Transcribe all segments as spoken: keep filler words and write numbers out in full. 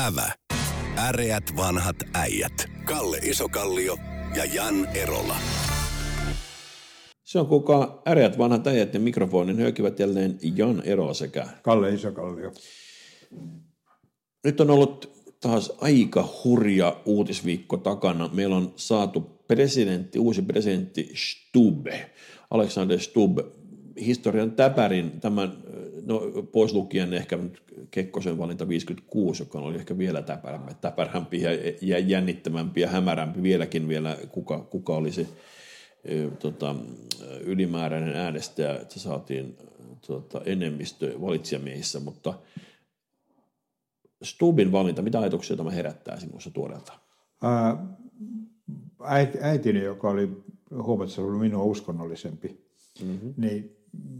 Ävä. Äreät vanhat äijät. Kalle Isokallio ja Jan Erola. Se on kuka äreät vanhat äijät ja mikrofonin hyökivät jälleen Jan Erola sekä Kalle Isokallio. Nyt on ollut taas aika hurja uutisviikko takana. Meillä on saatu presidentti, uusi presidentti Stubb, Alexander Stubb, historian täpärin, tämän, no, pois lukien ehkä Kekkosen valinta viisikymmentäkuusi, joka oli ehkä vielä täpärämpi, täpärämpi ja, ja jännittävämpi ja hämärämpi vieläkin vielä, kuka, kuka oli se tota, ylimääräinen äänestäjä, että saatiin tota, enemmistö valitsijamiehissä, mutta Stubbin valinta, mitä ajatuksia tämä herättää sinussa tuoreelta? Äitini, joka oli huomattavasti ollut minua uskonnollisempi, mm-hmm. niin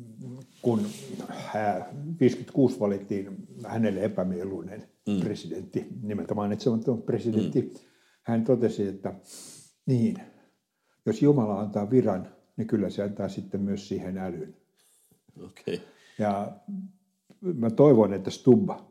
kun viisikymmentäkuusi valittiin hänelle epämieluinen mm. presidentti, nimeltä mainitsematon presidentti, mm. hän totesi, että niin, jos Jumala antaa viran, niin kyllä se antaa sitten myös siihen älyn. Okay. Ja mä toivon, että Stubba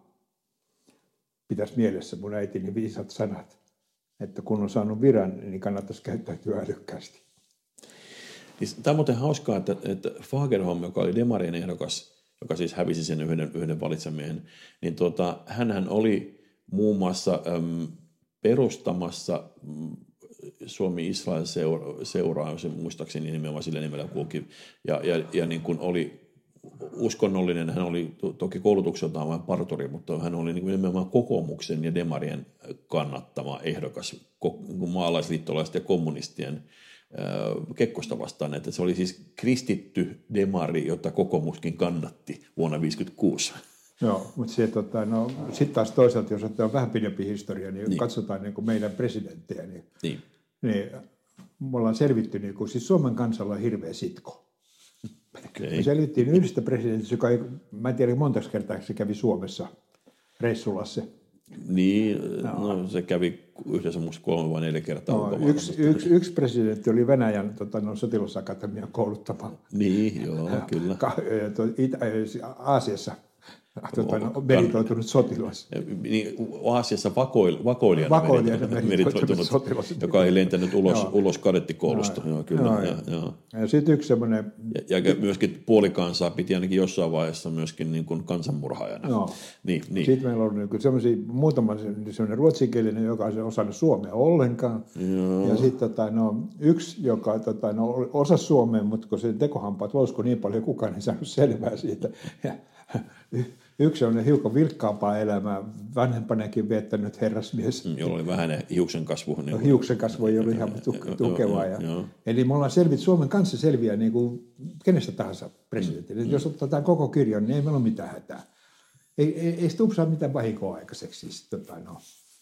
pitäisi mielessä mun äitini viisat sanat, että kun on saanut viran, niin kannattaisi käyttäytyä älykkäästi. Tämä on muuten hauskaa, että, että Fagerholm, joka oli demarien ehdokas, joka siis hävisi sen yhden, yhden valitsemiehen, niin tuota, hänhän oli muun muassa äm, perustamassa Suomi-Israel seuraa, se muistaakseni nimenomaan sillä nimellä kulki, ja, ja, ja niin kuin oli uskonnollinen, hän oli to, toki koulutukseltaan vain parturi, mutta hän oli niin kuin nimenomaan kokoomuksen ja demarien kannattama ehdokas maalaisliittolaisten ja kommunistien Kekkosta vastaan, että se oli siis kristitty demari, jota kokoomuskin kannatti vuonna viisikymmentäkuusi. Joo, mutta se, tota, no, sitten taas toisaalta, jos ottaa vähän pidempi historia, niin, niin. katsotaan niin kuin meidän presidenttejä, niin, niin. niin me ollaan selvitty, niin kuin, siis Suomen kansalla on hirveä sitko. Okay. Me selvittiin yhdestä presidentistä, joka ei, mä en tiedä montaks kertaa se kävi Suomessa reissulla se. Niin, no. no se kävi yhdessä muista kolme vai neljä kertaa. No, yksi, yksi, yksi presidentti oli Venäjän tota, no, sotilasakatemian kouluttama. Niin, joo, ja, kyllä. Ka, to, Itä, Aasiassa tota, no, meritoitunut sotilas. Niin, Aasiassa vakoil, vakoilijana, vakoilijana meritoitunut sotilas, joka ei lentänyt ulos, ulos kadettikoulusta. Joo, kyllä. Joo, ja ja, ja sitten yksi semmoinen... Ja, ja myöskin puolikansaa piti ainakin jossain vaiheessa myöskin niin kuin kansanmurhaajana. Joo. Niin, niin. Sitten meillä on niin semmoisia, muutama semmoinen ruotsinkielinen, joka on osannut suomea ollenkaan. Joo. Ja sitten tota, no, yksi, joka tota, no, osasi suomea, mutta kun se tekohampaat louskui niin paljon, kukaan ei saanut selvää siitä. Ja, yksi on hiukan vilkkaampaa elämää, vanhempanakin viettänyt herrasmies. Jolla oli vähän hiuksen kasvu. Niin hiuksen kasvu ei ollut ihan tukevaa. Ja, eli me ollaan selvit, Suomen kanssa selviää niin kuin kenestä tahansa presidentti. Mm. Jos otetaan koko kirjan, niin ei meillä ole mitään hätää. Ei, ei, ei Stubb saa mitään vahinkoa aikaiseksi. Siis, tota, no.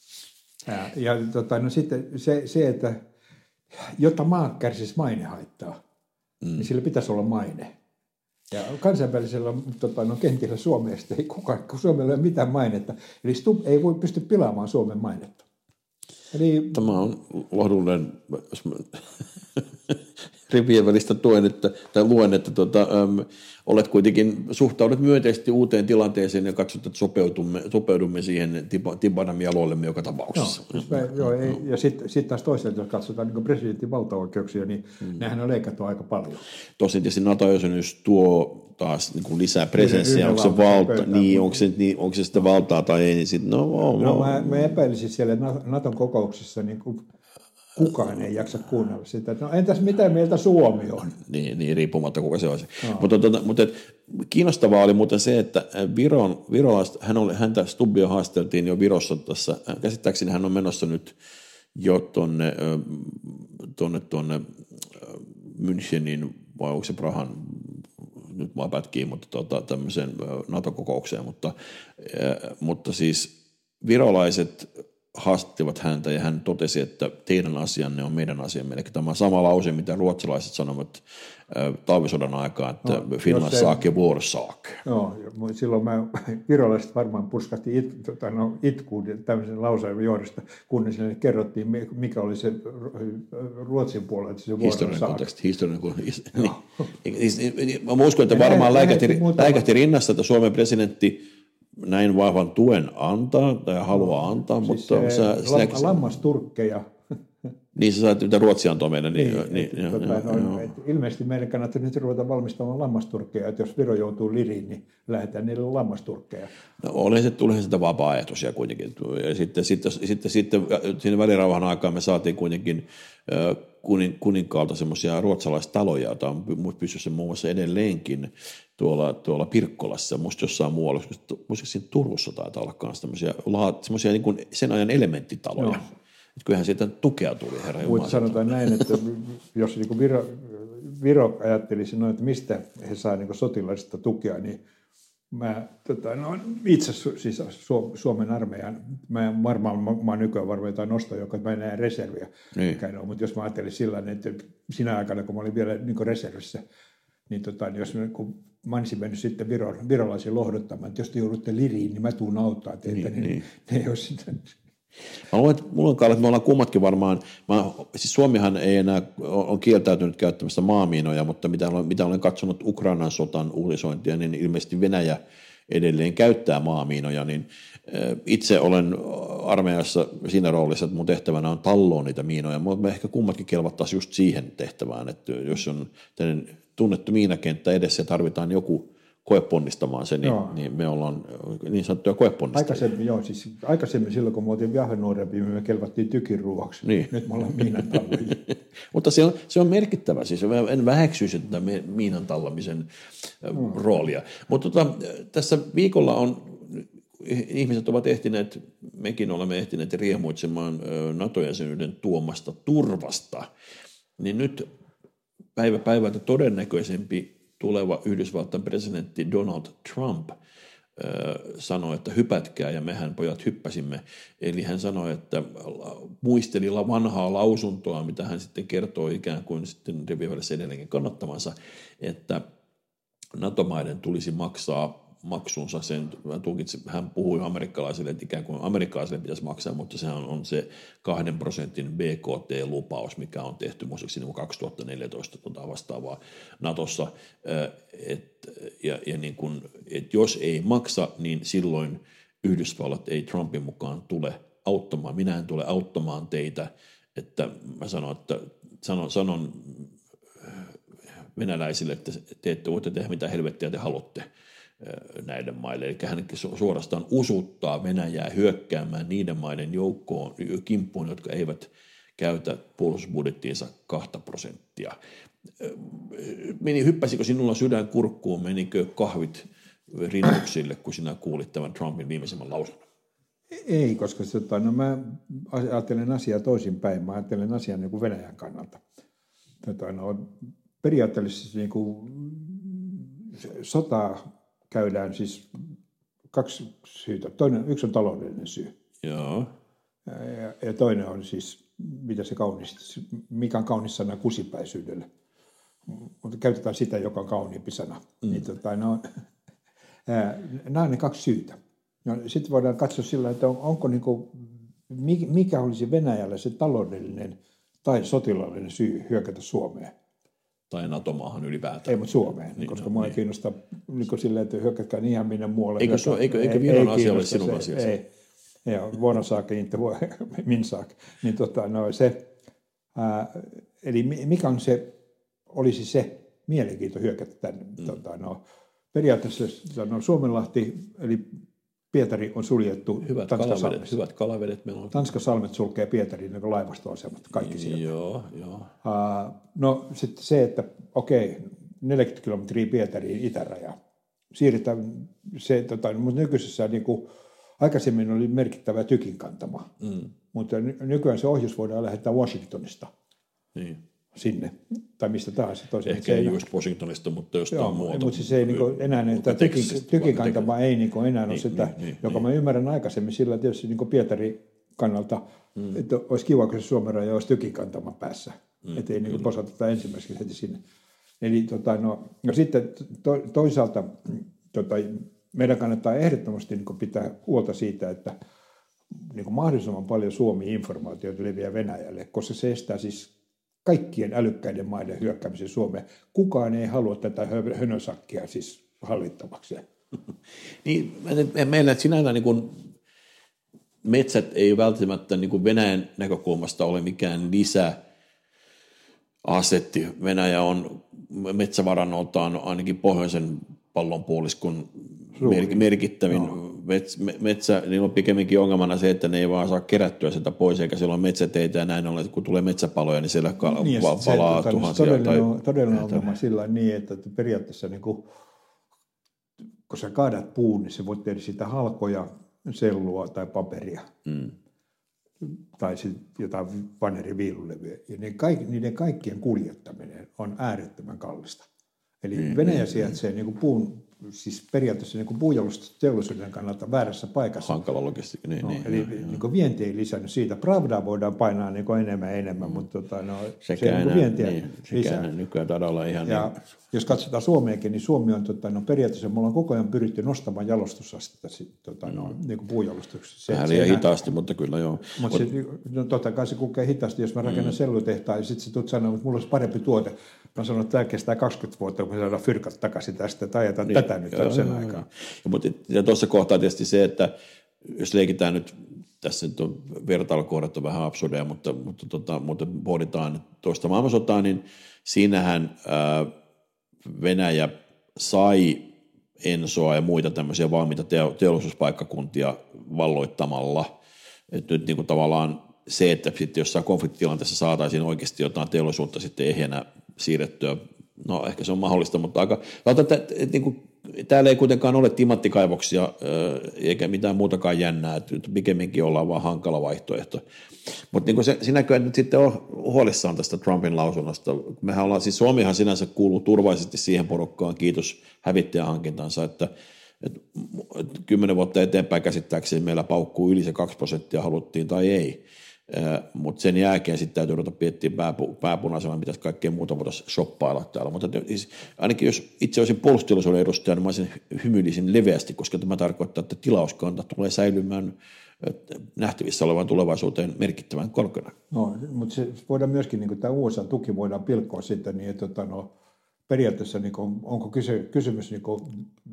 Ja, ja tota, no, sitten se, se, että jotta maa kärsisi mainehaittaa, mm. niin sillä pitäisi olla maine. Ja kansainvälisellä tota, no, kentillä Suomesta ei kukaan, kun Suomella ei ole mitään mainetta. Eli Stubb ei voi pysty pilaamaan Suomen mainetta. Eli... Tämä on lohdullinen, jos mä rivien välistä tuen, että, tai luen, että tuota, äm, olet kuitenkin, suhtaudut myönteisesti uuteen tilanteeseen ja katsot, että sopeudumme, sopeudumme siihen Tibadamin jaloillemme joka tapauksessa. No, siis mä, joo, ei, ja sitten sit taas toisaalta, jos katsotaan niin presidentin valtaoikeuksia, niin mm. nehän on leikattu aika paljon. Tosin tietysti NATO-jäsenyys tuo taas niin kuin lisää presenssiä, onko se, valta, niin, onko, se, niin, onko se sitä valtaa tai ei, niin sitten no, no, no mä, mä epäilisin siellä Naton kokouksessa niin kuin kukaan ei jaksa kuunnella sitä. No entäs mitä mieltä Suomi on? Niin, niin riippumatta kuka se olisi. No. Mutta, mutta, mutta kiinnostavaa oli muuten se, että Viron, virolaista, hän oli, häntä Stubbia haasteltiin jo Virossa tässä. Käsittääkseni hän on menossa nyt jo tuonne, tuonne, tuonne Münchenin, vai onko se Prahan, nyt vaan pätkii, mutta tuota, tämmöiseen NATO-kokoukseen. Mutta, mutta siis virolaiset haastattivat häntä ja hän totesi, että teidän asianne on meidän asiamme. Eli tämä on sama lause, mitä ruotsalaiset sanovat äh, talvisodan aikaa, että no, Finland sak ja vår sak. Joo, silloin mä, virolaiset varmaan purskahti it, tota, no, itkuun tämmöisen lauseen johdosta, kunnes sinne kerrottiin, mikä oli se Ruotsin puolella, se historiallinen konteksti. Historiallinen konteksti. Mä uskon, että varmaan läikähti rinnassa, että Suomen presidentti näin vahvan tuen antaa tai haluaa antaa, siis mutta... Se, sä, lam, sinäkin, lammasturkkeja. Niin sä saat, mitä Ruotsi antoi meille. Niin, niin, niin, et, joo, tota, joo, no, joo. et ilmeisesti meidän kannattaa nyt ruveta valmistamaan lammasturkkeja, että jos Viro joutuu liriin, niin lähdetään niille lammasturkkeja. No oli se, tuli sitä vapaaehtoisia kuitenkin. Ja sitten, sitten, sitten, sitten siinä välirauhan aikaan me saatiin kuitenkin kunin, kuninkaalta semmoisia ruotsalaistaloja, joita on pystyssä muun muassa edelleenkin tuolla, tuolla Pirkkolassa, musta jossain muualla, musta siinä Turussa taitaa olla myös tämmöisiä semmoisia niin kuin sen ajan elementtitaloja. No. Että kyllähän siitä tukea tuli, herra Jumala. Mutta sanotaan näin, että jos niin Viro, Viro ajattelisi noin, että mistä he saavat niin sotilaista tukea, niin mä tota, no, itse siis Suomen armeijan, mä en varmaan, mä, mä oon nykyään varmaan jotain nostoja, joka mä en näe reserviä, niin. Mutta jos mä ajattelin sillä että sinä aikana, kun mä olin vielä niin reservissä, niin, tota, niin jos mä, kun mä olisin mennyt sitten Viro, virolaisiin lohduttamaan, että jos te joudutte liriin, niin mä tuun auttaa teitä, niin, niin, niin. Ne ei ole sitä... Mä luulen, että mulla on kalle, että me ollaan kummatkin varmaan, mä, siis Suomihan ei enää on kieltäytynyt käyttämästä maamiinoja, mutta mitä olen, mitä olen katsonut Ukrainan sotan uutisointia, niin ilmeisesti Venäjä edelleen käyttää maamiinoja, niin itse olen armeijassa siinä roolissa, että mun tehtävänä on talloa niitä miinoja, mutta me ehkä kummatkin kelvattaisiin just siihen tehtävään, että jos on tunnettu miinakenttä edessä ja tarvitaan joku koeponnistamaan se, niin, niin me ollaan niin sanottuja koeponnistajia. Aikaisemmin, joo, siis aikaisemmin silloin, kun me oltiin vähän nuorempia, me kelvattiin tykin ruoaksi. Niin. Nyt me ollaan miinantalloja. Mutta se on, se on merkittävä, siis en väheksyisi tätä miinantallamisen mm. roolia. Mutta tota, tässä viikolla on, ihmiset ovat ehtineet, mekin olemme ehtineet riemuitsemaan NATO-jäsenyyden tuomasta turvasta, niin nyt päivä päivältä todennäköisempi tuleva Yhdysvaltain presidentti Donald Trump äh, sanoi, että hypätkää, ja mehän pojat hyppäsimme. Eli hän sanoi, että muisteli vanhaa lausuntoa, mitä hän sitten kertoo ikään kuin sitten rivien välissä edelleenkin kannattamansa, että NATO-maiden tulisi maksaa maksunsa sen, hän puhui amerikkalaisille, että ikään kuin amerikkalaisille pitäisi maksaa, mutta sehän on se kahden prosentin B K T-lupaus, mikä on tehty muistaakseni niin kaksituhattaneljätoista tota vastaavaa Natossa, et, ja, ja niin kuin, et jos ei maksa, niin silloin Yhdysvallat ei Trumpin mukaan tule auttamaan, minä en tule auttamaan teitä, että mä sanon, että sanon, sanon venäläisille, että te ette voitte tehdä mitä helvettiä te haluatte näiden maille. Eli hän suorastaan usuttaa Venäjää hyökkäämään niiden maiden joukkoon, kimppuun, jotka eivät käytä puolustusbudjettiinsa kahta prosenttia. Meni, hyppäsikö sinulla sydän kurkkuun, menikö kahvit rinnuksille, kun sinä kuulit tämän Trumpin viimeisimmän lausunnon? Ei, koska tota, no mä ajattelen asiaa toisinpäin. Mä ajattelen asiaa niin kuin Venäjän kannalta. Tota, no, periaatteessa niin kuin sota käydään siis kaksi syytä. Toinen, yksi on taloudellinen syy. Joo. Ja, ja toinen on siis, mitä se kaunis, mikä on kaunis sana kusipäisyydelle. Mutta käytetään sitä, joka on kauniimpi sana. Mm. Niin, tota, no, ää, nämä on ne kaksi syytä. No, sitten voidaan katsoa sillä, että on, onko niinku, mikä olisi Venäjällä se taloudellinen tai sotilaallinen syy hyökätä Suomeen. Tai NATO-maahan ylipäätään. Ei, mutta Suomeen, niin, koska no, mua ei niin. kiinnosta niin silleen, että hyökkätkää ihan minne muualle. Eikö, se, eikö, eikö Viron asia ole sinun asiasi? Ei, ei vuonna saakka, inte voi, min saakka. Niin, tota, no, se, ää, eli mikä on se, olisi se mielenkiinto hyökätä tänne? Mm. Tota, no, periaatteessa no, Suomenlahti, eli Pietari on suljettu. Hyvät kalavedet, hyvät kalavedet meillä on. Tanskasalmet sulkee Pietariin niin laivastoasemat, kaikki sieltä. Joo, joo. Uh, no sitten se, että okei, neljäkymmentä kilometriä Pietariin itärajaa. Siirretään se, tota, mutta nykyisessä niin kuin, aikaisemmin oli merkittävä tykinkantama, mm. mutta ny- nykyään se ohjus voidaan lähettää Washingtonista niin. sinne, tai mistä tahansa. Tosiaan, ehkä ei just Washingtonista, mutta jostain joo, muuta. Mutta siis ei niin kuin, enää, että tykin, tykinkantama ei niin kuin, enää niin, ole sitä, niin, niin, joka niin. Mä ymmärrän aikaisemmin sillä tietysti niin kuin Pietarin kannalta, mm. että olisi kiva, kun se Suomen raja olisi tykinkantama päässä, mm. että ei niin posata ensimmäiseksi heti sinne. Eli tota, no, no sitten to, toisaalta tota, meidän kannattaa ehdottomasti niin kuin pitää huolta siitä, että niin kuin mahdollisimman paljon Suomi-informaatiota leviää Venäjälle, koska se estää siis kaikkien älykkäiden maiden hyökkäämisen Suomeen. Kukaan ei halua tätä hönösakkia siis hallittavaksi. Niin, meillä sinänsä niin kuin metsät ei välttämättä niin kuin Venäjän näkökulmasta ole mikään lisäasetti. Venäjä on metsävarannoltaan ainakin pohjoisen pallonpuoliskon mer- merkittävin no. metsä. Niillä on pikemminkin ongelmana se, että ne ei vaan saa kerättyä sitä pois, eikä siellä ole metsäteitä ja näin ollen, kun tulee metsäpaloja, niin siellä kal- niin, va- palaa se, tuhansia. Todellinen, tai, todellinen ongelma sillä niin, että periaatteessa niin kuin, kun sä kaadat puun, niin sä voit tehdä siitä halkoja, sellua tai paperia. Mm. Tai sitten jotain vaneriviilulevyä. Ja ne kaikki, niiden kaikkien kuljettaminen on äärettömän kallista. Eli mm, Venäjä mm, sijaitsee mm. niin kuin puun, siis periaatteessa niin kuin puunjalostusteollisuuden kannalta väärässä paikassa. Hankala logistiikka. Niin, no, niin, eli joo, niin kuin vienti ei lisännyt siitä. Pravdaa voidaan painaa niin kuin enemmän enemmän, mm. mutta tota, no, sekä se enää, niin vientiä niin, lisää. Nykyään taidaa olla ihan... Ja niin. Jos katsotaan Suomeakin, niin Suomi on tota, no, periaatteessa, me ollaan koko ajan pyritty nostamaan jalostusastetta tota, mm. no, niin kuin puunjalostuksessa. Vähän liian hitaasti, mutta kyllä joo. Mutta Mut, no, totta kai se kulkee hitaasti, jos mä rakennan mm. sellutehtaan ja sitten sä tulet sanoa, että mulla olisi parempi tuote. Mä sanon, että tämä kestää kaksikymmentä vuotta, kun me saadaan fyrkat takaisin tästä, tai ajetaan niin, tätä nyt joo, sen aikaa. Ja, mutta, ja tuossa kohtaa tietysti se, että jos leikitään nyt, tässä nyt on vertailukohdat on vähän absurdeja, mutta, mutta, tota, mutta pohditaan toista maailmansotaa, niin siinähän ää, Venäjä sai Ensoa ja muita tämmöisiä valmiita teollisuuspaikkakuntia valloittamalla. Et nyt niin kuin tavallaan se, että sitten jossain konfliktitilanteessa saataisiin oikeasti jotain teollisuutta sitten ehjänä siirrettyä, no ehkä se on mahdollista, mutta aika, että, että, että, niin kuin, täällä ei kuitenkaan ole timanttikaivoksia eikä mitään muutakaan jännää, että nyt pikemminkin ollaan vaan hankala vaihtoehto. Mutta niin se, sinäkö nyt sitten on huolissaan tästä Trumpin lausunnosta. Mehän ollaan, siis Suomihan sinänsä kuuluu turvallisesti siihen porukkaan, kiitos hävittäjähankintansa, että että kymmenen vuotta eteenpäin käsittääkseni meillä paukkuu yli se kaksi prosenttia, haluttiin tai ei. Mutta sen jälkeen sitten täytyy ruveta miettiä pääpu, pääpunaisella, mitä kaikkea muuta voitaisiin shoppailla täällä. Mutta siis, ainakin jos itse olisin puolustusteollisuuden edustaja, niin mä olisin hymyilisin leveästi, koska tämä tarkoittaa, että tilauskanta tulee säilymään nähtävissä olevan tulevaisuuteen merkittävän korkeana. No, mutta se voidaan myöskin, niin tämä U S A-tuki voidaan pilkkoa sitten niin, että tota, no, periaatteessa niin kuin, onko kyse, kysymys niin kuin,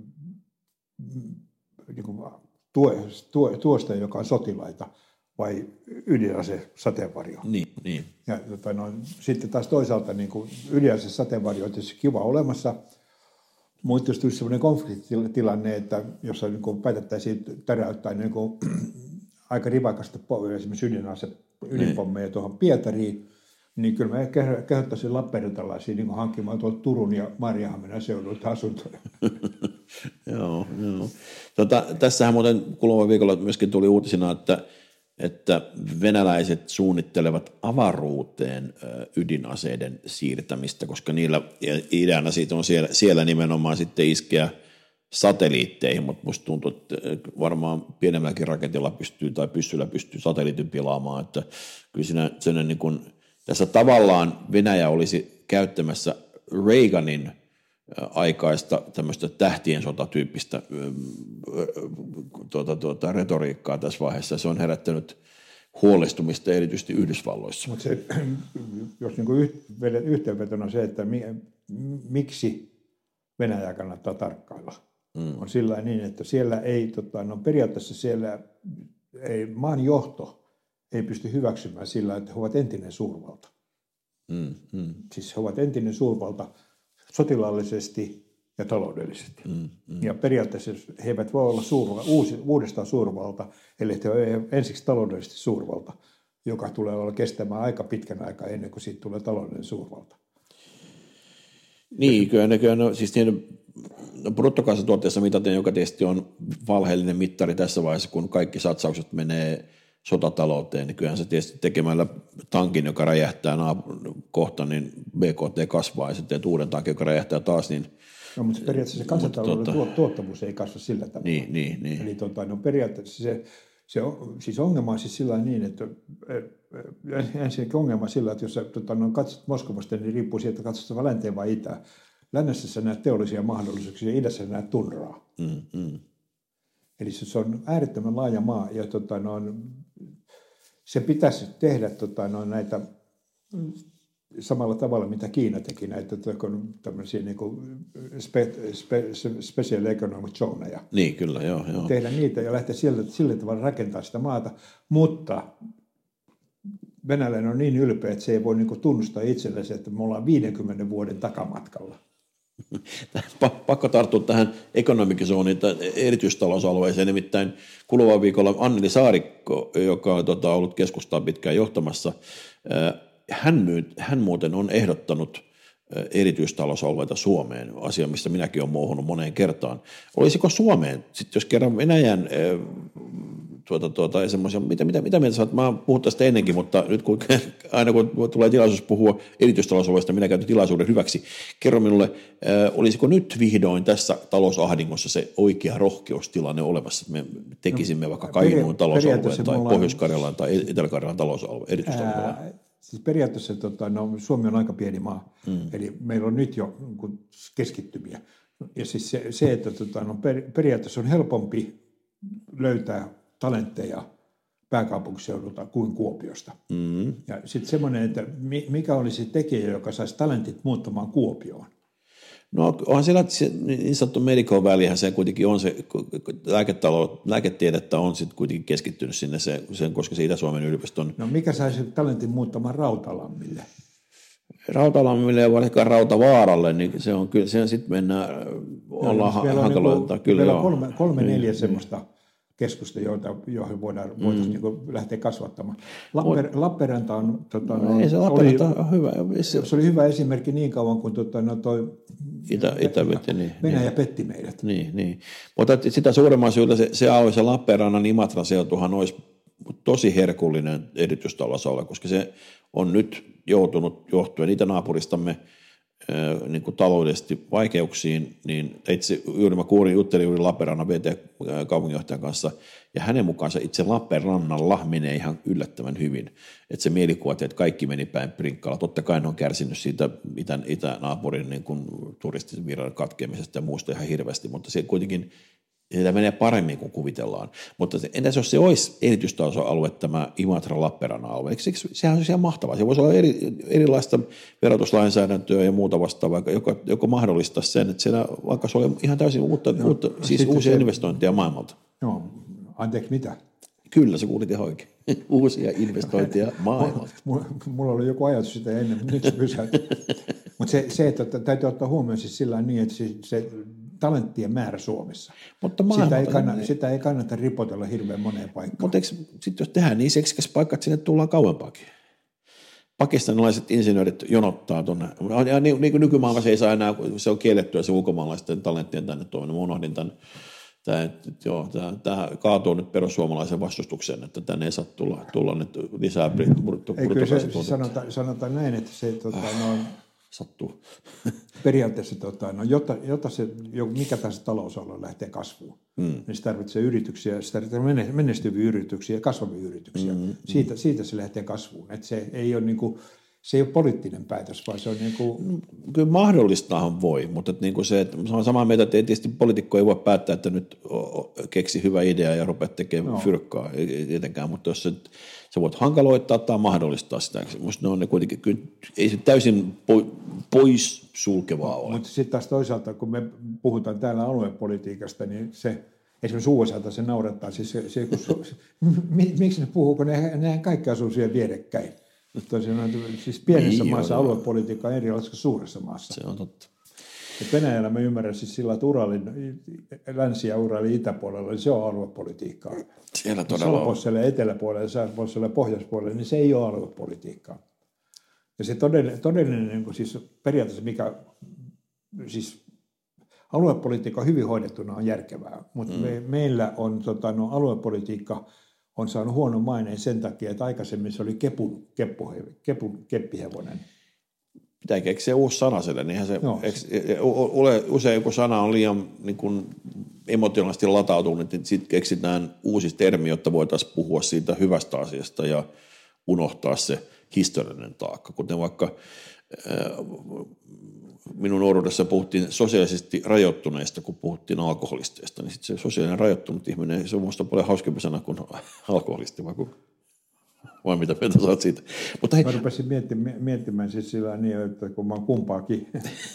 niin kuin tue, tue, tuosta, joka on sotilaita, vai ydinase sateenvarjo. Niin, niin. Ja tota, no, sitten taas toisaalta niin kuin ydinase sateenvarjo on tietysti kiva olemassa, mutta jos tulisi sellainen konfliktitilanne, että jossa niin kuin päätettäisiin täräyttää niin kuin, aika rivakasta esimerkiksi ydinase, ydinpommeja tuohon Pietariin, niin kyllä mä kehottaisin Lappeenrantalaisia niin hankkimaan tuolta Turun ja Maarianhaminan seudulta asuntoja. Joo, joo. Tota, tässähän muuten kuluvan viikolla myöskin tuli uutisina, että, että venäläiset suunnittelevat avaruuteen ydinaseiden siirtämistä, koska niillä ideana siitä on siellä, siellä nimenomaan sitten iskeä satelliitteihin, mutta musta tuntuu, että varmaan pienemmälläkin raketilla pystyy tai pyssyllä pystyy satelliitin pilaamaan, että kyllä siinä, siinä niin kuin, tässä tavallaan Venäjä olisi käyttämässä Reaganin aikaista tämmöistä tähtien sotatyyppistä tuota, tuota, retoriikkaa tässä vaiheessa. Se on herättänyt huolestumista erityisesti Yhdysvalloissa. Mutta se, jos niin kuin yhteenvetona se, että mi, miksi Venäjää kannattaa tarkkailla, mm. on sillä niin, että siellä ei, tota, no periaatteessa siellä ei, maan johto ei pysty hyväksymään sillä, että he ovat entinen suurvalta. Mm, mm. Siis he ovat entinen suurvalta sotilaallisesti ja taloudellisesti. Mm, mm. Ja periaatteessa he eivät voi olla suurvalta, uusi, uudestaan suurvalta, eli he ovat ensiksi taloudellisesti suurvalta, joka tulee olla kestämään aika pitkän aikaa ennen kuin siitä tulee taloudellinen suurvalta. Niin, kyllä, kyllä no, siis no, bruttokansantuotteessa mitaten, joka tietysti on valheellinen mittari tässä vaiheessa, kun kaikki satsaukset menee sotatalouteen, niin kyllähän se tietysti tekemällä tankin, joka räjähtää kohta, niin B K T kasvaa, ja sitten uuden tankin, joka räjähtää taas, niin... No, mutta periaatteessa se kansantalouden tuota, tuottavuus ei kasva sillä tavalla. Niin, niin, niin. Eli tota, no, periaatteessa se, se on, siis ongelma on siis sillä niin, että ensinnäkin ongelma sillä, että jos sä tota, no, katsot Moskovasta, niin riippuu siitä, että katsot länteen vai itään. Lännessä sä näet teollisia mahdollisuuksia, ja idässä sä näet tunraa. Mm, mm. Eli se on äärettömän laaja maa, ja tota, no, se pitäisi tehdä tota, no, näitä samalla tavalla, mitä Kiina teki näitä tämmöisiä niin kuin spe, spe, special economic zoneja. Niin, kyllä, joo. joo. Tehdä niitä ja lähteä sillä, sillä tavalla rakentaa sitä maata, mutta venäläinen on niin ylpeä, että se ei voi niin kuin tunnustaa itsellensä, että me ollaan viidenkymmenen vuoden takamatkalla. Pakko tarttua tähän economic-zooniin, erityistalousalueeseen, nimittäin kuluvan viikolla Anneli Saarikko, joka on tota, ollut keskustaa pitkään johtamassa, hän, myy, hän muuten on ehdottanut erityistalousalueita Suomeen, asia, missä minäkin olen mouhunut moneen kertaan. Olisiko Suomeen, sit jos kerran Venäjän tuota, tuota, semmoisia, mitä, mitä, mitä mieltä sä oot, mä oon puhunut tästä ennenkin, mutta nyt kun, aina kun tulee tilaisuus puhua erityistalousalueista, minä käytän tilaisuuden hyväksi. Kerro minulle, äh, olisiko nyt vihdoin tässä talousahdingossa se oikea rohkeustilanne olemassa, että me tekisimme no, vaikka Kainuun talousalueen tai ollaan... Pohjois-Karjalan tai Etelä-Karjalan talousalue, erityistalousalueen? Ää, siis periaatteessa tota, no, Suomi on aika pieni maa, mm. eli meillä on nyt jo niin keskittymiä. Ja siis se, se että tota, no, per, periaatteessa on helpompi löytää talentteja pääkaupunkiseudulta kuin Kuopiosta. Mm-hmm. Ja sitten semmoinen, että mikä olisi tekijä, joka saisi talentit muuttamaan Kuopioon? No onhan siellä se niin sanottu medical valleyhän se kuitenkin on se, lääketalo, lääketiedettä on sitten kuitenkin keskittynyt sinne, se, sen, koska se Itä-Suomen yliopiston... No mikä saisi talentin muuttamaan Rautalammille? Rautalammille ja varsinkaan Rautavaaralle, niin se on kyllä, se sitten mennään, ollaan no, hankaloita. Niin kyllä meillä on kolme, kolme neljä mm, semmoista keskusta, joita, joihin voidaan, voitaisiin mm. niin lähteä kasvattamaan. Lapper, Lappeenranta on... Tota, no, ei se Lappeenranta on hyvä. Se, se oli hyvä esimerkki niin kauan, kun tota, no, toi Itä, Itä, niin, Venäjä niin. petti meidät. Niin, niin. Mutta sitä suuremman syyllä se, se alue, se Lappeenrannan Imatran seutuhan olisi tosi herkullinen erityistalousalue, koska se on nyt joutunut johtuen itänaapuristamme niin kuin taloudellisesti vaikeuksiin, niin itse juuri mä kuulin, juttelin juuri Lappeenrannan V T-kaupunginjohtajan kanssa, ja hänen mukaansa itse Lappeenrannalla menee ihan yllättävän hyvin. Että se mielikuva, että kaikki meni päin prinkkaalla. Totta kai ne on kärsinyt siitä itän, itänaapurin niin kuin turistivirran katkeamisesta ja muusta ihan hirveästi, mutta se kuitenkin sitä menee paremmin kuin kuvitellaan. Mutta entäs jos se olisi erityistalousalue, tämä Imatra-Lappeenrannan alue, eikö sehän olisi ihan mahtavaa. Se voisi olla eri, erilaista verotuslainsäädäntöä ja muuta vastaavaa, joka, joka mahdollistaisi sen, että siellä vaikka se oli ihan täysin uutta, no, uutta siis uusia se, investointeja maailmalta. No, anteeksi mitä? Kyllä, se kuulit ihan oikein. Uusia investointeja maailmalta. Mulla, mulla oli joku ajatus sitä ennen, mutta nyt se pysäytti. Mutta se, se, että täytyy ottaa huomioon siis sillä niin, että se, se talenttien määrä Suomessa. Mutta sitä, ei kannata, sitä ei kannata ripotella hirveän moneen paikkaan. Mutta sitten jos tehdään niin seksikäs paikka, että sinne tullaan kauempaakin. Pakistanilaiset insinöörit jonottaa tuonne. Ja niin, niin kuin nykymaailmassa ei saa enää, se on kiellettyä se ulkomaalaisten talenttien tänne tuominen. Mä unohdin tämän. Tämä, joo, tämä, tämä kaatuu nyt perussuomalaisen vastustukseen, että tänne ei saa tulla, tulla nyt lisää bruttokansantuotetta. Sanotaan, sanotaan näin, että se tota, no, sattuu. Periaatteessa, tota, no, jotta, jotta se, mikä tahansa talousalue lähtee kasvuun, mm. niin se tarvitsee yrityksiä, se tarvitsee menestyviä yrityksiä ja kasvavia yrityksiä. Mm, mm. Siitä, siitä se lähtee kasvuun. Et se ei ole niin kuin, se ei ole poliittinen päätös, vaan se on niin kuin... Kyllä mahdollistahan voi, mutta että niin kuin se, että on samaa mieltä, että tietysti poliitikko ei voi päättää, että nyt keksi hyvä idea ja rupeat tekemään no. fyrkkaa, ei tietenkään, mutta jos se, sä voit hankaloittaa tai mahdollistaa sitä, musta ne on ne kuitenkin, kyllä, ei se täysin pois sulkevaa ole. Mutta sitten taas toisaalta, kun me puhutaan täällä aluepolitiikasta, niin se... Esimerkiksi U S A:ta se naurattaa, siis se, se, kun, miksi ne puhuu, kun ne, nehän kaikki asuu siellä vierekkäin. Toisinaan, siis pienessä niin, maassa joo, aluepolitiikka on erilaista kuin suuressa maassa. Se on totta. Et Venäjällä mä ymmärrän siis sillä, että Uralin, länsi- ja Uralin itäpuolella, niin se on aluepolitiikkaa. Siellä todella on. Siellä eteläpuolella, siellä pohjoispuolella, niin se ei ole aluepolitiikkaa. Ja se todellinen, todellinen niin kuin siis periaatteessa, mikä siis aluepolitiikka hyvin hoidettuna on järkevää, mutta mm. me, meillä on tota, no, aluepolitiikka on saanut huonon maineen sen takia, että aikaisemmin se oli kepun, keppu, kepun keppihevonen. Pitää keksiä uusi sana sille. Niinhän se, no. eks, usein kun sana on liian niin kuin emotionaalisesti latautunut, niin sitten keksitään uusi termi, jotta voitaisiin puhua siitä hyvästä asiasta ja unohtaa se historiallinen taakka. Kuten vaikka äh, minun nuoruudessa puhuttiin sosiaalisesti rajoittuneista, kun puhuttiin alkoholisteista, niin sitten se sosiaalinen rajoittunut ihminen, se on minusta paljon hauskempi sana kuin alkoholisti, vaan kuin vai mitä mieltä sä oot siitä? Mutta hei, mä rupesin miettimään, miettimään siis sillä niin, että kun mä oon kumpaakin.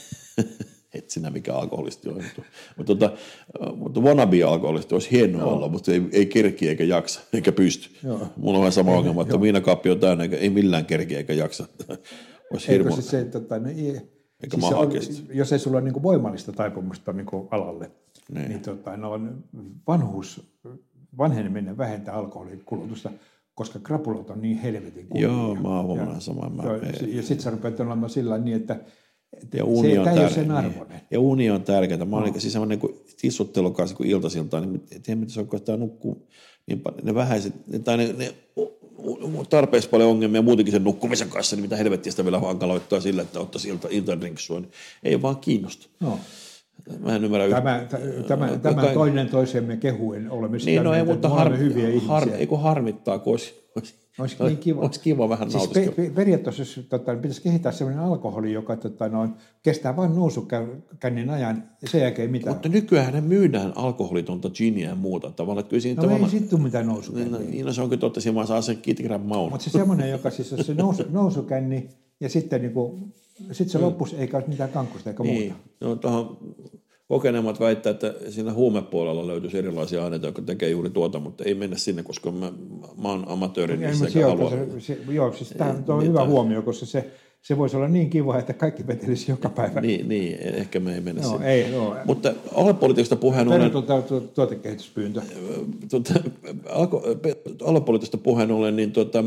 et sinä mikä alkoholisti on. Mutta, tota, mutta wannabe-alkoholisti olisi hienoa olla, mutta ei, ei kerki eikä jaksa, eikä pysty. Joo. Mulla on vähän sama ongelma, että viinakaappi on täynnä, eikä ei millään kerki eikä jaksa. Olisi Eikö siis se, että no, eikä siis se on, jos ei sulla ole niin voimallista taipumusta niin alalle, niin, niin tota, no, vanhuus, vanheneminen vähentää alkoholin kulutusta, koska krapulot on niin helvetin kuvia. Joo, mä oon huomannut samaa. Ja, ja sitten sä rupeat olemaan sillä niin, että ja uni on tärkeä. Sen arvoinen. Ja uni on tärkeää. Mä olen no. siis semmoinen niin tissuttelun kanssa kun iltasiltaan, niin tiedän, mitä se on, kun tämä nukkuu niin paljon. Ne vähäiset, tai ne, ne tarpeeksi paljon ongelmia muutenkin sen nukkumisen kanssa, niin mitä helvettiä sitä vielä hankaloittaa sillä, että ottaisi ilta, iltadrinksua, niin ei vaan kiinnosta. No. Mä en ymmärrä. Tämä, tämä, tämä Kai... toinen toisemme kehuen olemme sitä niin, no ei, mutta har, hyviä ihmisiä. Har, ei kun harmittaa, kun olisi, olisi, olisi, niin kiva. olisi kiva vähän siis nautiskella. Pe, periaatteessa tota, pitäisi kehittää sellainen alkoholi, joka tota, no, kestää vain nousukännin ajan ja sen jälkeen ei mitään. Mutta nykyään ne myydään alkoholitonta giniä ja muuta. Tavallaan, kyllä siinä no tavallaan, ei sitten tule mitään nousukänniä. Niin, niin no, se on kyllä totta, siinä vaan saa sen kitgram maun. Mutta se semmoinen, joka siis on se nousu, nousukänni ja sitten niin kuin, sit se loppus eikä ole mitään kankkusta eikä niin. muuta. No tuohon kokeneemmat väittää, että siinä huumepuolella löytyisi erilaisia aineita, jotka tekee juuri tuota, mutta ei mennä sinne, koska mä, mä oon amatööri niissä eikä halua. Se, se, joo, siis tämä on niin, hyvä huomio, koska se, se voisi olla niin kiva, että kaikki vetelisi joka päivä. niin, niin, ehkä me ei mennä no, sinne. Ei, no. Mutta aluepolitiikasta puheen ollen... Tervetuloa tuotekehityspyyntö. Tuota, aluepolitiikasta puheen ollen, niin tuota,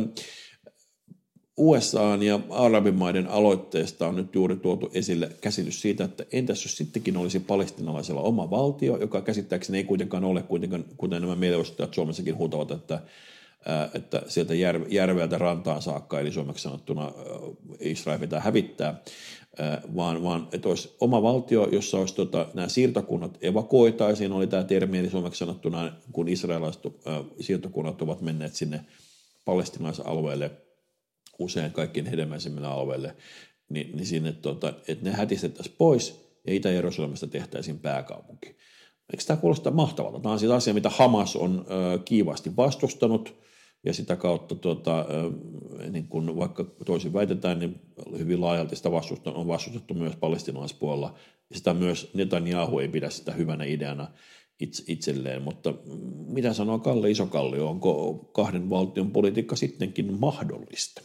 U S A:n ja arabimaiden aloitteesta on nyt juuri tuotu esille käsitys siitä, että entäs jos sittenkin olisi palestiinalaisella oma valtio, joka käsittääkseni ei kuitenkaan ole, kuitenkaan, kuten nämä mielenosoittajat Suomessakin huutavat, että, että sieltä järveltä rantaan saakka, eli suomeksi sanottuna Israel pitää hävittää, vaan, vaan että olisi oma valtio, jossa olisi tota, nämä siirtokunnat evakuoitaisiin, oli tämä termi, eli suomeksi sanottuna, kun israelilaiset siirtokunnat ovat menneet sinne palestiinalaisalueelle, usein kaikkien hedelmäisimmillä alueille, niin, niin sinne, tota, että ne hätistettäisiin pois ja Itä-Jerusalemista tehtäisiin pääkaupunki. Eikö tämä kuulosta mahtavalta? Tämä on siis asia, mitä Hamas on ö, kiivaasti vastustanut ja sitä kautta, tota, ö, niin kun vaikka toisin väitetään, niin hyvin laajalti sitä on vastustettu myös palestiinalaispuolella. Ja sitä myös Netanyahu ei pidä sitä hyvänä ideana itselleen, mutta mitä sanoo Kalle Isokallio, onko kahden valtion politiikka sittenkin mahdollista?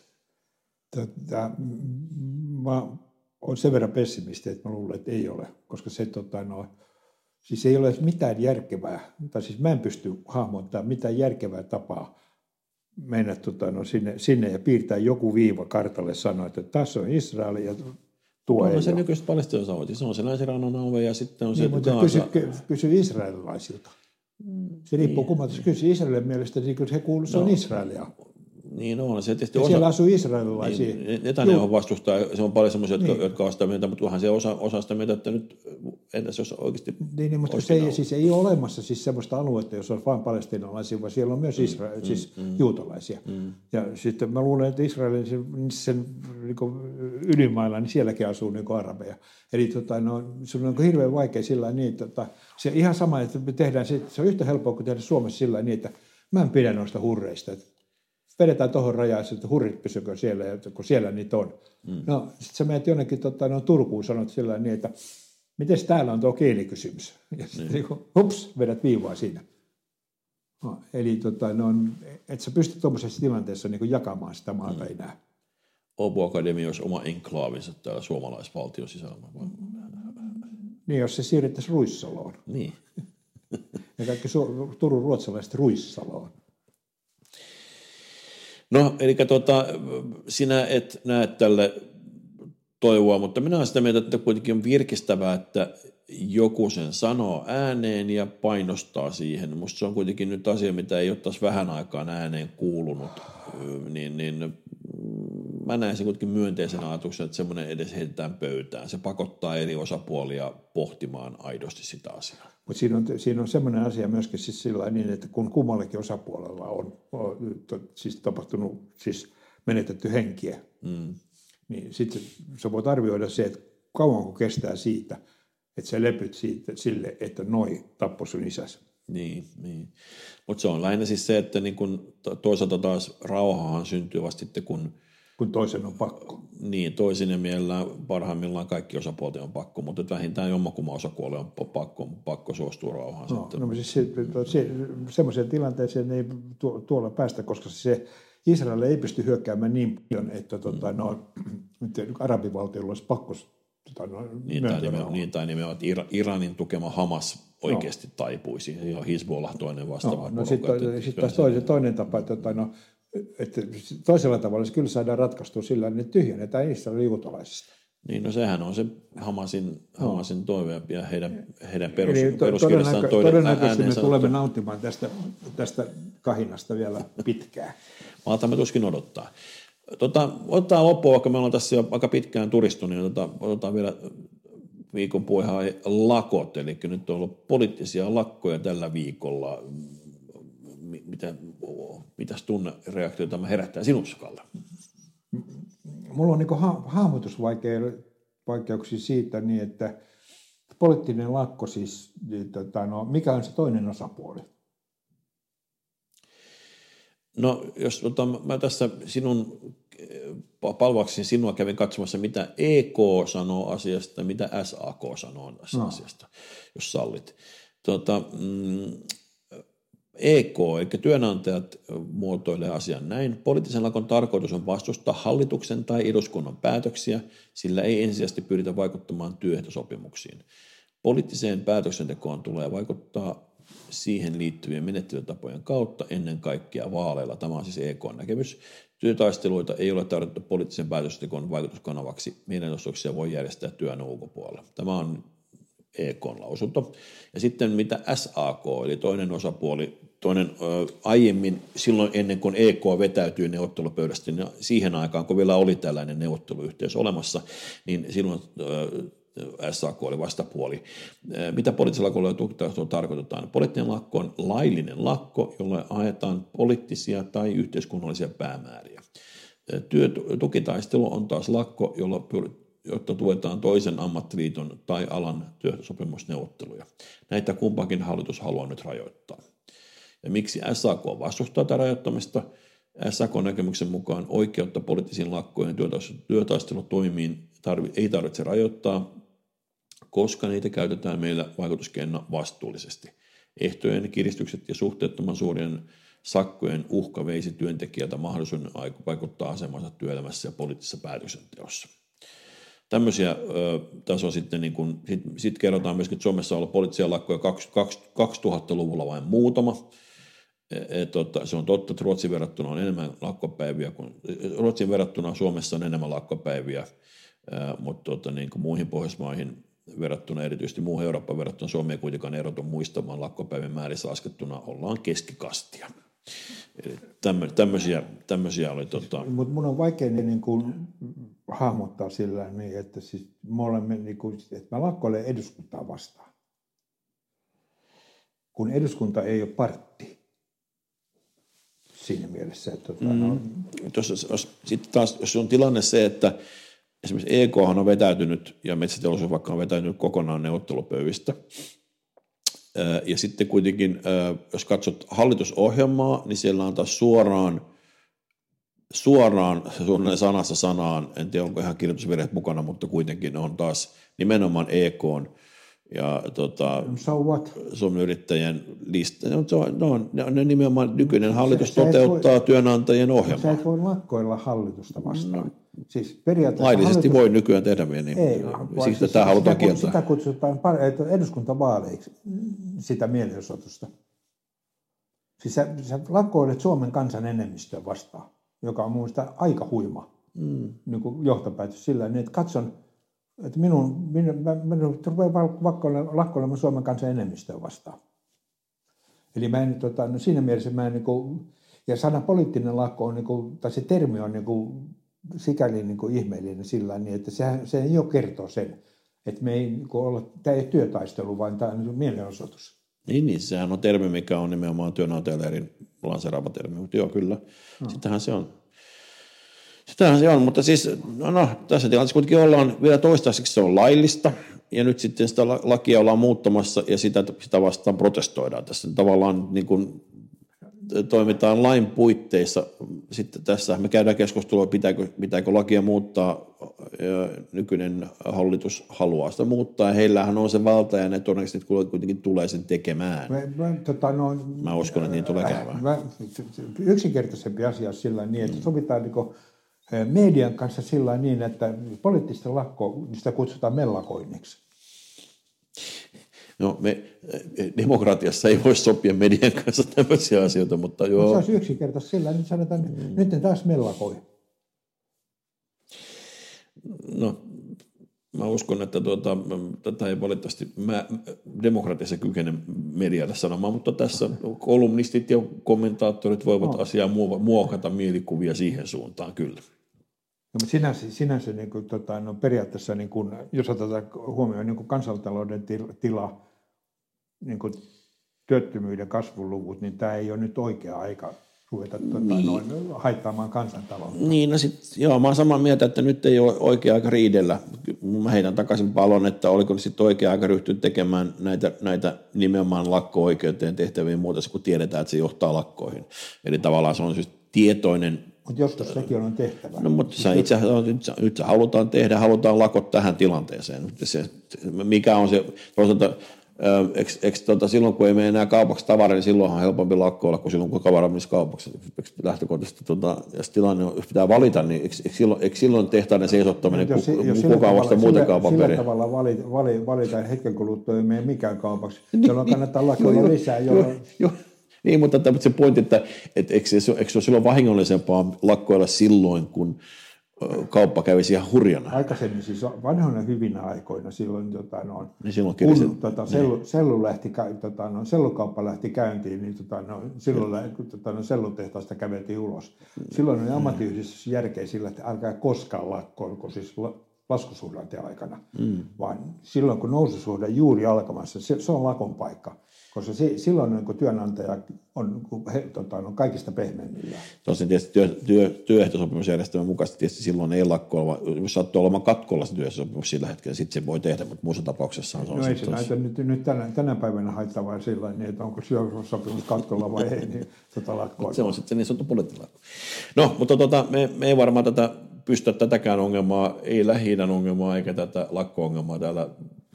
Tota, mä olen sen verran pessimisti, että mä luulen, että ei ole, koska se tota, no, siis ei ole mitään järkevää, tai siis mä en pysty hahmottamaan mitään järkevää tapaa mennä tota, no, sinne, sinne ja piirtää joku viiva kartalle sanoa, että tässä on Israel ja tuo no, ei se ole. nykyiset palestiinalaiset, se on se länsirannan alue ja sitten on niin, se mutta Gaza. Kysy, kysy israelilaisilta. Se riippuu niin. Kummalta. Kysy Israelin mielestä, niin kyllä se kuuluu, se no. on Israelia. Niin on, se tietysti ja osa... siellä asuu israelilaisia. Niin, Netanyahu vastustaa, se on paljon semmoisia, jotka, niin. jotka ovat sitä mieltä, mutta kunhan se osa, osa sitä mieltä, että nyt entäs jos oikeasti... Niin, niin mutta se ei, siis ei ole olemassa siis semmoista aluetta, jossa on vain palestiinalaisia, vaan siellä on myös Israel, mm, siis mm, juutalaisia. Mm. Ja sitten mä luulen, että Israelin sen, sen niin ydinmailla, niin sielläkin asuu niin arabeja. Eli tota, no, se on hirveän vaikea sillä niin, tota, se ihan sama, että me tehdään, se, se on yhtä helppoa kuin tehdä Suomessa sillä niin, että mä en pidä noista hurreista, että vedetään tuohon rajaan, että hurrit pysykö siellä, kun siellä niitä on. Mm. No, sitten sä menet jonnekin tota, no, Turkuun, sanot sillä niin, että miten täällä on tuo kielikysymys? Ja sitten niin. hups, vedät viivaa siinä. No, eli tota, no, et sä pysty tuollaisessa tilanteessa niin jakamaan sitä maata mm. enää. Åbo Akatemia olisi oma enklaavinsa täällä suomalaisvaltion sisällä. Niin, jos se siirrettäisiin Ruissaloon. Niin. Ja kaikki su- Turun ruotsalaiset Ruissaloon. No, eli tota, sinä et näe tälle toivoa, mutta minä olen sitä mieltä, että kuitenkin on virkistävää, että joku sen sanoo ääneen ja painostaa siihen. Musta se on kuitenkin nyt asia, mitä ei ole taas vähän aikaan ääneen kuulunut, niin, niin mä näen sen kuitenkin myönteisen ajatuksen, että semmoinen edes heitetään pöytään. Se pakottaa eri osapuolia pohtimaan aidosti sitä asiaa. Mutta siinä on, siinä on semmoinen asia myöskin siis sillä niin, että kun kummallakin osapuolella on, on to, siis tapahtunut, siis menetetty henkiä, mm. niin sitten sä voit arvioida se, että kauanko kestää siitä, että sä lepyt siitä, sille, että noi tappoi sun isäsi. Niin, niin. Mutta se on lähinnä siis se, että niin kun toisaalta taas rauhahan syntyy vasta sitten, kun... Kun toisen on pakko. Niin, toisin ja mielellään parhaimmillaan kaikki osapuolten on pakko, mutta vähintään jommakumman osapuoli on pakko, pakko suostua rauhaan. No, sitten. no siis se, se, semmoiseen tilanteeseen ei tuolla päästä, koska se Israel ei pysty hyökkäämään niin paljon, että tota, no, arabivaltiolla olisi pakko tota, no, niin, tai nimenomaan, niin, tai nimenomaan, että Iranin tukema Hamas oikeasti no. taipuisi, ja Hizbollah toinen vastaava. No, no sitten sit taas toinen, toinen tapa, että, tota, no, että toisella tavalla se kyllä saadaan ratkaistua sillä, että ne tyhjennetään Israelin juutalaisista. Niin, no sehän on se Hamasin, Hamasin toive ja heidän, heidän perus, peruskirjassaan todennäkö, toinen todennäköisesti me tulemme nauttimaan tästä, tästä kahinasta vielä pitkään. Maltamme tuskin odottaa. Tota, otetaan loppuun, vaikka me ollaan tässä jo aika pitkään turistu, niin tota, otetaan vielä viikon puheen lakot, eli nyt on ollut poliittisia lakkoja tällä viikolla. Mitä, mitäs tunnereaktioita tämä herättää sinussa, Kalle? Mulla on niin ha- hahmotusvaikeuksia siitä, niin että poliittinen lakko siis, tota, no, mikä on se toinen osapuoli? No, jos tota, mä tässä sinun palvakseni sinua kävin katsomassa, mitä E K sanoo asiasta ja mitä S A K sanoo tästä no. asiasta, jos sallit. Tota, mm, E K, eli työnantajat muotoilee asian näin. Poliittisen lakon tarkoitus on vastustaa hallituksen tai eduskunnan päätöksiä, sillä ei ensisijaisesti pyritä vaikuttamaan työehtosopimuksiin. Poliittiseen päätöksentekoon tulee vaikuttaa siihen liittyvien menettelytapojen kautta ennen kaikkea vaaleilla. Tämä on siis E K-näkemys. Työtaisteluita ei ole tarjottu poliittisen päätöksentekoon vaikutuskanavaksi. Mielenosoituksia voi järjestää työn ulkopuolella. Tämä on E K:n lausunto. Ja sitten mitä S A K, eli toinen osapuoli, toinen ö, aiemmin, silloin ennen kuin E K vetäytyi neuvottelupöydästä, niin siihen aikaan, kun vielä oli tällainen neuvotteluyhteys olemassa, niin silloin ö, S A K oli vastapuoli. Mitä poliittisella lakolla tarkoitetaan? Poliittinen lakko on laillinen lakko, jolla ajetaan poliittisia tai yhteiskunnallisia päämääriä. Työtukitaistelu on taas lakko, jolla jotta tuetaan toisen ammattiliiton tai alan työsopimusneuvotteluja. Näitä kumpakin hallitus haluaa nyt rajoittaa. Ja miksi S A K vastustaa tätä rajoittamista? S A K-näkemyksen mukaan oikeutta poliittisiin lakkoihin työtaistelutoimiin tarvi, ei tarvitse rajoittaa, koska niitä käytetään meillä vaikutuskeinona vastuullisesti. Ehtojen kiristykset ja suhteettoman suurien sakkojen uhka veisi työntekijältä mahdollisuuden vaikuttaa asemansa työelämässä ja poliittisessa päätöksenteossa. Tämmöisiä tässä on sitten, niin kuin, sit, sit kerrotaan myöskin, että Suomessa on ollut poliittisia lakkoja kaksituhattaluvulla vain muutama. E, tota, se on totta, että Ruotsin verrattuna on enemmän lakkopäiviä, kuin, Ruotsin verrattuna Suomessa on enemmän lakkopäiviä, ää, mutta tota, niin kuin muihin Pohjoismaihin verrattuna, erityisesti muuhun Eurooppaan verrattuna, Suomi ei kuitenkaan erotu muistamaan lakkopäivän määrissä laskettuna, ollaan keskikastia. Eli tämmöisiä, tämmöisiä oli... Tota... Mutta mun on vaikea niin kuin hahmottaa sillä niin, että siis me olemme, niin kuin, että mä lakkoilen eduskuntaa vastaan. Kun eduskunta ei ole partti. Siinä mielessä, että... Tota, mm. no... Tuossa, sitten taas, jos on tilanne se, että esimerkiksi E K:han on vetäytynyt, ja metsäteollisuus vaikka on vetäytynyt kokonaan neuvottelupöydistä, ja sitten kuitenkin, jos katsot hallitusohjelmaa, niin siellä on taas suoraan, suoraan sanassa sanaan, en tiedä onko ihan kirjoitusvirheet mukana, mutta kuitenkin on taas nimenomaan E K:n ja tota, so what? Suomen yrittäjien lista. No, no, ne nimenomaan nykyinen hallitus sä, toteuttaa voi, työnantajien ohjelmaa. Sä et voi lakkoilla hallitusta vastaan. No. Siis laillisesti hallitus... voi nykyään tehdä vielä, niin ei, siksi siis, tämä halutaan sitä, kieltää. Sitä kutsutaan eduskuntavaaleiksi, sitä mielenosoitusta. Siis sä, sä lakkoilet Suomen kansan enemmistöä vastaan, joka on mun mielestä aika huima mm. niin kuin johtopäätös sillä, niin että katson, että minun, minun, minun rupeaa lakkoilemaan Suomen kansan enemmistöä vastaan. Eli mä en, tota, no siinä mielessä mä en, niin kuin, ja sana poliittinen lakko on, niin kuin, tai se termi on niin kuin, sikäli niin kuin ihmeellinen sillä niin, että se, se jo kertoo sen, että me ei niin kuin olla, tämä ei ole työtaistelu, vaan tämä on mielenosoitus. Niin, niin, sehän on termi, mikä on nimenomaan työnantajaleirin lanseeraava termi, mutta joo, kyllä, no. Sittenhän se on. Sitähän se on, mutta siis no, no, tässä tilanteessa kuitenkin ollaan vielä toistaiseksi se on laillista ja nyt sitten sitä lakia ollaan muuttamassa ja sitä, sitä vastaan protestoidaan. Tässä tavallaan niin kuin toimitaan lain puitteissa. Sitten tässä me käydään keskustelua, pitääkö, pitääkö lakia muuttaa. Nykyinen hallitus haluaa sitä muuttaa ja heillähän on se valta ja ne todennäköisesti kuitenkin tulee sen tekemään. Mä, mä, tota, no, mä uskon, että niin tulee käymään. Mä, yksinkertaisempi asia sillä niin, että sovitaan niin kuin median kanssa sillä niin, että poliittista lakkoa, sitä kutsutaan mellakoinniksi. No me demokratiassa ei voi sopia median kanssa tämmöisiä asioita, mutta joo. No, se olisi yksinkertaisesti sillä, nyt sanotaan, mm. nyt en taas mellakoi. No, mä uskon, että tuota, tätä ei valitettavasti mä demokratiassa kykene medialle sanomaan, mutta tässä kolumnistit ja kommentaattorit voivat no. asiaa muokata mielikuvia siihen suuntaan, kyllä. No, mutta sinänsä, sinänsä niin kuin, tota, no, periaatteessa, niin kuin, jos otetaan huomioon niin kuin kansantalouden tila, niin kuin työttömyyden kasvuluvut, niin tämä ei ole nyt oikea aika ruveta tuota, niin. noin, haittaamaan kansantaloutta. Niin, no sit, joo, mä oon samaa mieltä, että nyt ei ole oikea aika riidellä. Mä heitän takaisin palon, että oliko sitten oikea aika ryhtyä tekemään näitä, näitä nimenomaan lakko-oikeuteen tehtäviä muuta, kun tiedetään, että se johtaa lakkoihin. Eli tavallaan se on siis tietoinen. Mutta joskus sekin on tehtävä. No, mutta se itse, nyt, nyt se halutaan tehdä, halutaan lakot tähän tilanteeseen. Se, mikä on se, toisaalta, eikö, eikö, tota, silloin kun ei mene enää kaupaksi tavaraa, niin silloin on helpompi lakkoilla kuin silloin kun tavara menisi kaupaksi. Eikö lähtökohtaisesti, tota, jos tilanne on, jos pitää valita, niin eikö, eikö, silloin, eikö silloin tehtaiden seisottaminen kukaan vasta muuten kaupan perin? Sillä tavalla valita, valita, valita hetkän kuluttua ei mene mikään kaupaksi, jolloin kannattaa lakkoilla lisää. Jolloin... Jo, niin, mutta se pointti, että, että eikö, se, eikö se ole silloin vahingollisempaa lakkoilla silloin, kun kauppa kävisi ihan hurjana? Aikaisemmin, siis vanhoina hyvinä aikoina, silloin, tota, no, niin silloin kun se, tota, sellu, niin. sellu lähti, tota, no, sellukauppa lähti käyntiin, niin tota, no, silloin tota, no, sellutehtaasta käveltiin ulos. Silloin oli ammattiyhdistys järkeä sillä, että älkää koskaan lakkoilko, siis laskusuhdanteen aikana, mm. vaan silloin kun noususuhde juuri alkamassa, se, se on lakon paikka. Koska se, silloin niin työnantaja on, he, tota, on kaikista pehmeimmillä. Tosin tietysti työ, työ, työehtosopimusjärjestelmän mukaisesti tietysti silloin ei lakkoa, jos sattuu olemaan katkolla se työehtosopimus sillä hetkellä, sitten se voi tehdä, mutta muussa tapauksessa on se. No ei se näytä nyt, nyt tänä, tänä päivänä haittavaa sillä niin, että onko työehtosopimus katkolla vai ei, niin tota lakkoa. Se on sitten niin sanottu poliittinen lakko. No, mutta tota, me, me ei varmaan tätä pystyä tätäkään ongelmaa, ei Lähi-idän ongelmaa eikä tätä lakko-ongelmaa täällä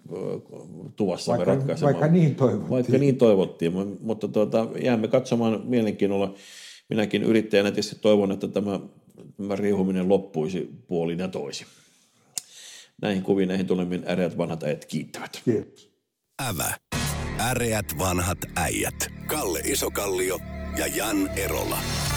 tuvassa vaikka, me ratkaisemaan. Vaikka niin toivottiin. Vaikka niin toivottiin, mutta tuota, jäämme katsomaan mielenkiinnolla. Minäkin yrittäjänä tietysti toivon, että tämä, tämä riihuminen loppuisi puolin ja toisin. Näihin kuviin, näihin tulemiin äreät vanhat äijät kiittävät. Kiitos. Ävä. Äreät vanhat äijät. Kalle Isokallio ja Jan Erola.